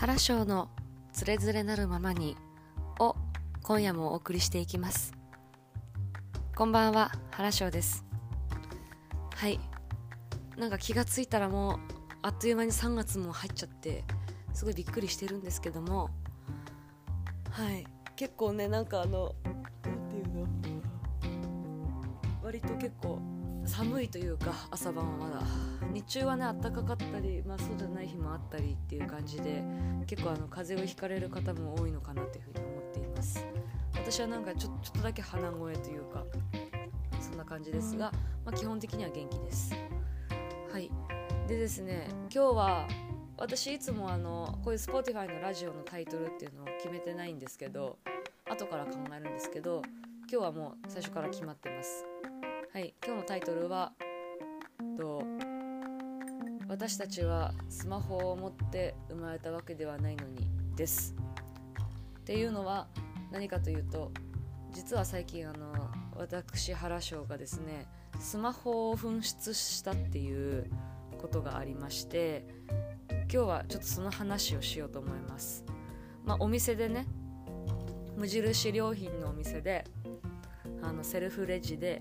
原章のつれづれなるままにを今夜もお送りしていきます。こんばんは、原章です。はい、なんか気がついたらもうあっという間に3月も入っちゃってすごいびっくりしてるんですけども、はい結構ねなんていうの割と結構寒いというか、朝晩はまだ日中はね暖かかったり、そうじゃない日もあったりっていう感じで、結構風邪をひかれる方も多いのかなというふうに思っています。私はなんかちょっとだけ鼻声というかそんな感じですが、基本的には元気です。はいでですね、今日は私いつもこういう Spotify のラジオのタイトルっていうのを決めてないんですけど、後から考えるんですけど、今日はもう最初から決まってます。はい、今日のタイトルは私たちはスマホを持って生まれたわけではないのにです。っていうのは何かというと、実は最近私原章がですねスマホを紛失したっていうことがありまして、今日はちょっとその話をしようと思います。お店でね、無印良品のお店でセルフレジで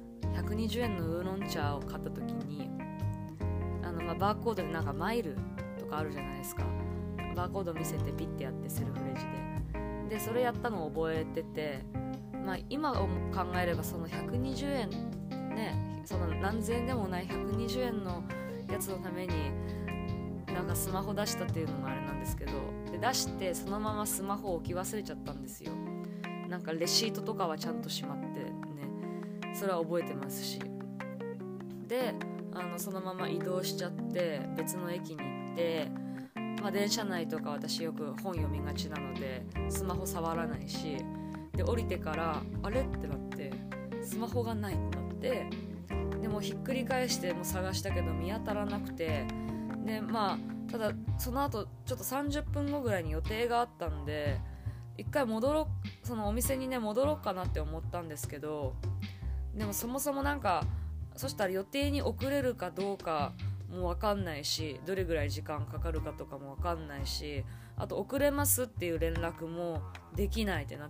120円のウーロン茶を買った時にバーコードでなんかマイルとかあるじゃないですか。バーコード見せてピッてやってセルフレジでそれやったのを覚えてて、今を考えればその120円ね、その何千円でもない120円のやつのためになんかスマホ出したっていうのもあれなんですけど、で出してそのままスマホを置き忘れちゃったんですよ。なんかレシートとかはちゃんとしまってね、それは覚えてますし、でそのまま移動しちゃって別の駅に行って、電車内とか私よく本読みがちなのでスマホ触らないし、で降りてからあれってなってスマホがないってなって、でもひっくり返しても探したけど見当たらなくて、でただその後ちょっと30分後ぐらいに予定があったんで一回そのお店にね戻ろうかなって思ったんですけど、でもそもそもなんかそしたら予定に遅れるかどうかも分かんないし、どれぐらい時間かかるかとかも分かんないし、あと遅れますっていう連絡もできないってなって、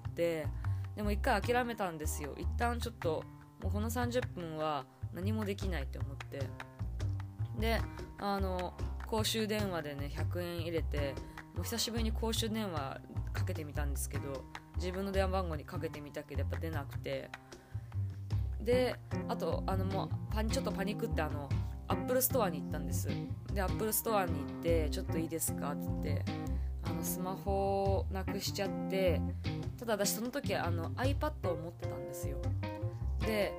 でも一回諦めたんですよ。一旦ちょっともうこの30分は何もできないって思って、で公衆電話でね100円入れて、もう久しぶりに公衆電話かけてみたんですけど、自分の電話番号にかけてみたけどやっぱ出なくて、であともうちょっとパニックってアップルストアに行ったんです。でアップルストアに行ってちょっといいですかって言ってスマホをなくしちゃって、ただ私その時iPad を持ってたんですよ。で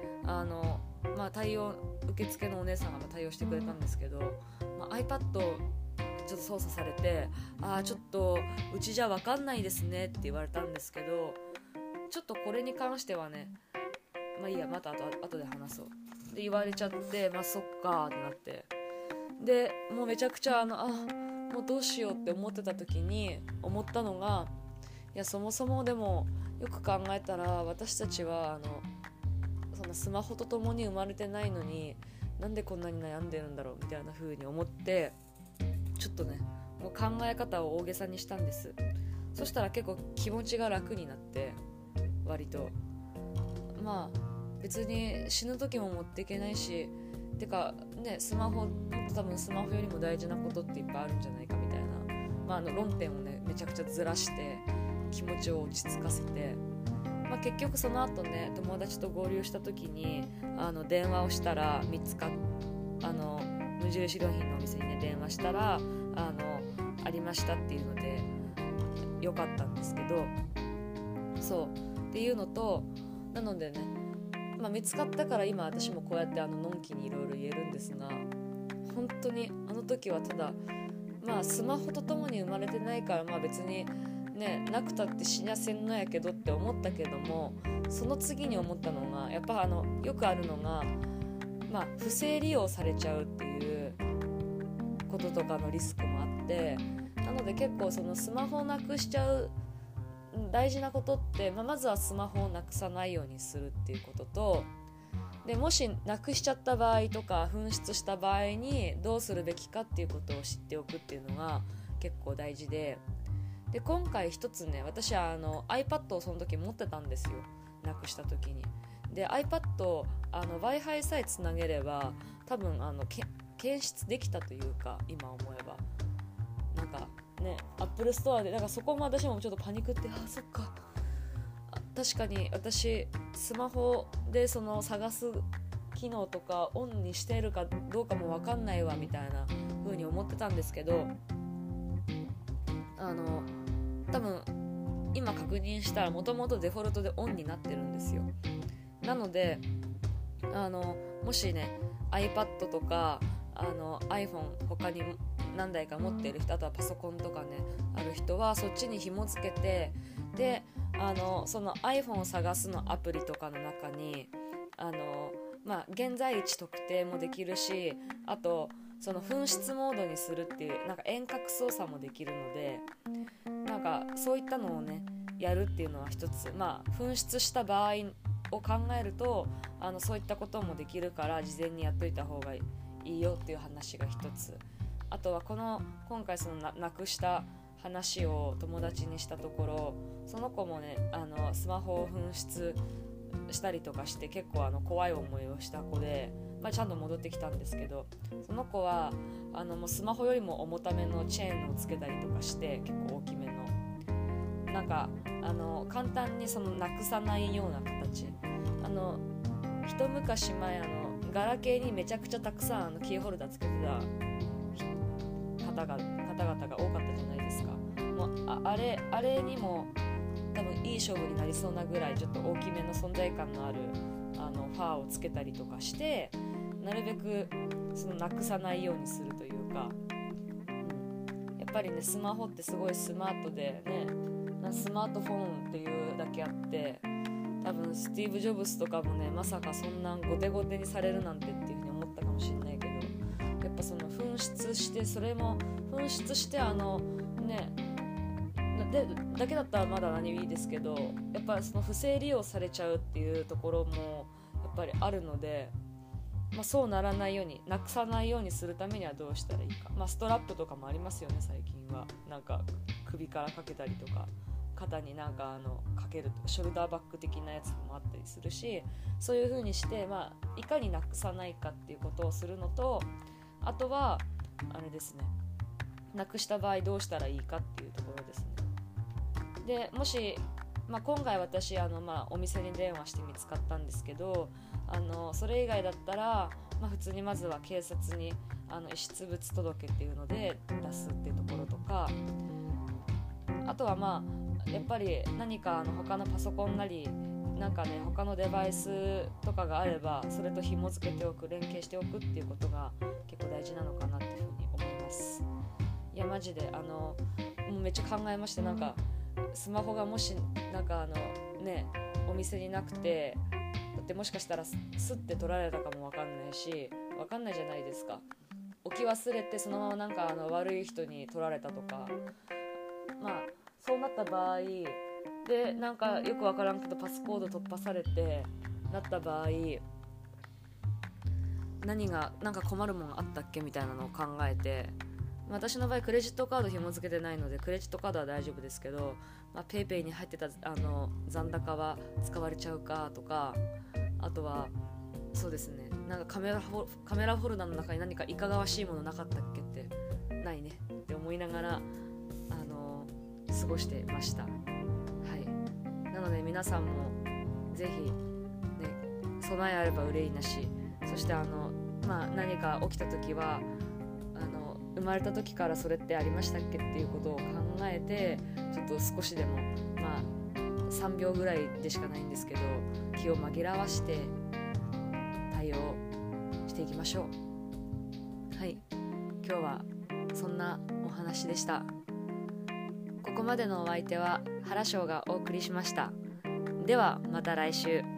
受付のお姉さんが対応してくれたんですけど、iPad をちょっと操作されて、ちょっとうちじゃ分かんないですねって言われたんですけど、ちょっとこれに関してはねいいや、また後で話そうって言われちゃって、そっかってなって、でもうめちゃくちゃもうどうしようって思ってた時に思ったのが、いやそもそもでもよく考えたら私たちはそのスマホと共に生まれてないのになんでこんなに悩んでるんだろうみたいな風に思って、ちょっとねもう考え方を大げさにしたんです。そしたら結構気持ちが楽になって、割と別に死ぬ時も持っていけないし、てかねスマホ多分スマホよりも大事なことっていっぱいあるんじゃないかみたいな、論点をねめちゃくちゃずらして気持ちを落ち着かせて、結局その後ね友達と合流した時に電話をしたら無印良品のお店にね電話したらありましたっていうのでよかったんですけど、そうっていうのと、なのでね、見つかったから今私もこうやってのんきにいろいろ言えるんですが、本当にあの時はただスマホとともに生まれてないから別にねなくたって死にゃせんのやけどって思ったけども、その次に思ったのがやっぱよくあるのが不正利用されちゃうっていうこととかのリスクもあって、なので結構そのスマホをなくしちゃう大事なことって、まずはスマホをなくさないようにするっていうことと、でもしなくしちゃった場合とか紛失した場合にどうするべきかっていうことを知っておくっていうのが結構大事で、今回一つね、私はiPad をその時持ってたんですよ、なくした時に。で iPad Wi-Fi さえつなげれば多分検出できたというか、今思えばなんかね、Apple Store でなんかそこも私もちょっとパニックって、そっか、確かに私スマホでその探す機能とかオンにしているかどうかも分かんないわみたいな風に思ってたんですけど、多分今確認したらもともとデフォルトでオンになってるんですよ。なのでもしね iPad とかiPhone 他に何台か持っている人、あとはパソコンとかねある人はそっちに紐付けて、でその iPhone を探すのアプリとかの中に現在位置特定もできるし、あとその紛失モードにするっていうなんか遠隔操作もできるので、なんかそういったのをねやるっていうのは一つ、紛失した場合を考えるとそういったこともできるから事前にやっといた方がいいよっていう話が一つ。あとは今回そのなくした話を友達にしたところ、その子もねスマホを紛失したりとかして結構怖い思いをした子で、ちゃんと戻ってきたんですけど、その子はもうスマホよりも重ためのチェーンをつけたりとかして、結構大きめのなんか簡単にそのなくさないような形、一昔前ガラケーにめちゃくちゃたくさんキーホルダーつけてた方々が多かったじゃないですか。もうあれにも多分いい勝負になりそうなぐらいちょっと大きめの存在感のあるファーをつけたりとかして、なるべくそのなくさないようにするというか、やっぱりねスマホってすごいスマートでね、スマートフォンっていうだけあって、多分スティーブ・ジョブズとかもねまさかそんなんゴテゴテにされるなんてっていうふうに思ったかもしれないけど、やっぱその紛失して、それも紛失してだけだったらまだ何もいいですけど、やっぱりその不正利用されちゃうっていうところもやっぱりあるので、そうならないように、なくさないようにするためにはどうしたらいいか、ストラップとかもありますよね最近は。なんか首からかけたりとか、肩になんかかけるとショルダーバッグ的なやつもあったりするし、そういう風にして、いかになくさないかっていうことをするのと、あとはあれですね、なくした場合どうしたらいいかっていうところですね。でもし、今回私お店に電話して見つかったんですけど、それ以外だったら、普通にまずは警察に遺失物届っていうので出すっていうところとか、あとはやっぱり何か他のパソコンなりなんかね他のデバイスとかがあればそれと紐付けておく、連携しておくっていうことが結構大事なのかなっていうふうに思います。いやマジでもうめっちゃ考えまして、なんかスマホがもしなんかお店になくて、だってもしかしたらスッて取られたかも分かんないし、分かんないじゃないですか。置き忘れてそのままなんか悪い人に取られたとか、そうなった場合で、なんかよく分からんけどパスコード突破されてなった場合、何がなんか困るもんあったっけみたいなのを考えて、私の場合クレジットカード紐付けてないのでクレジットカードは大丈夫ですけど、ペイペイに入ってた残高は使われちゃうかとか、あとはそうですね、なんかカメラフォルダの中に何かいかがわしいものなかったっけってないねって思いながら過ごしてました。はい。なので皆さんもぜひね、備えあれば憂いなし、そして何か起きた時は生まれた時からそれってありましたっけっていうことを考えて、ちょっと少しでも3秒ぐらいでしかないんですけど気を紛らわして対応していきましょう。はい、今日はそんなお話でした。ここまでのお相手は原翔がお送りしました。ではまた来週。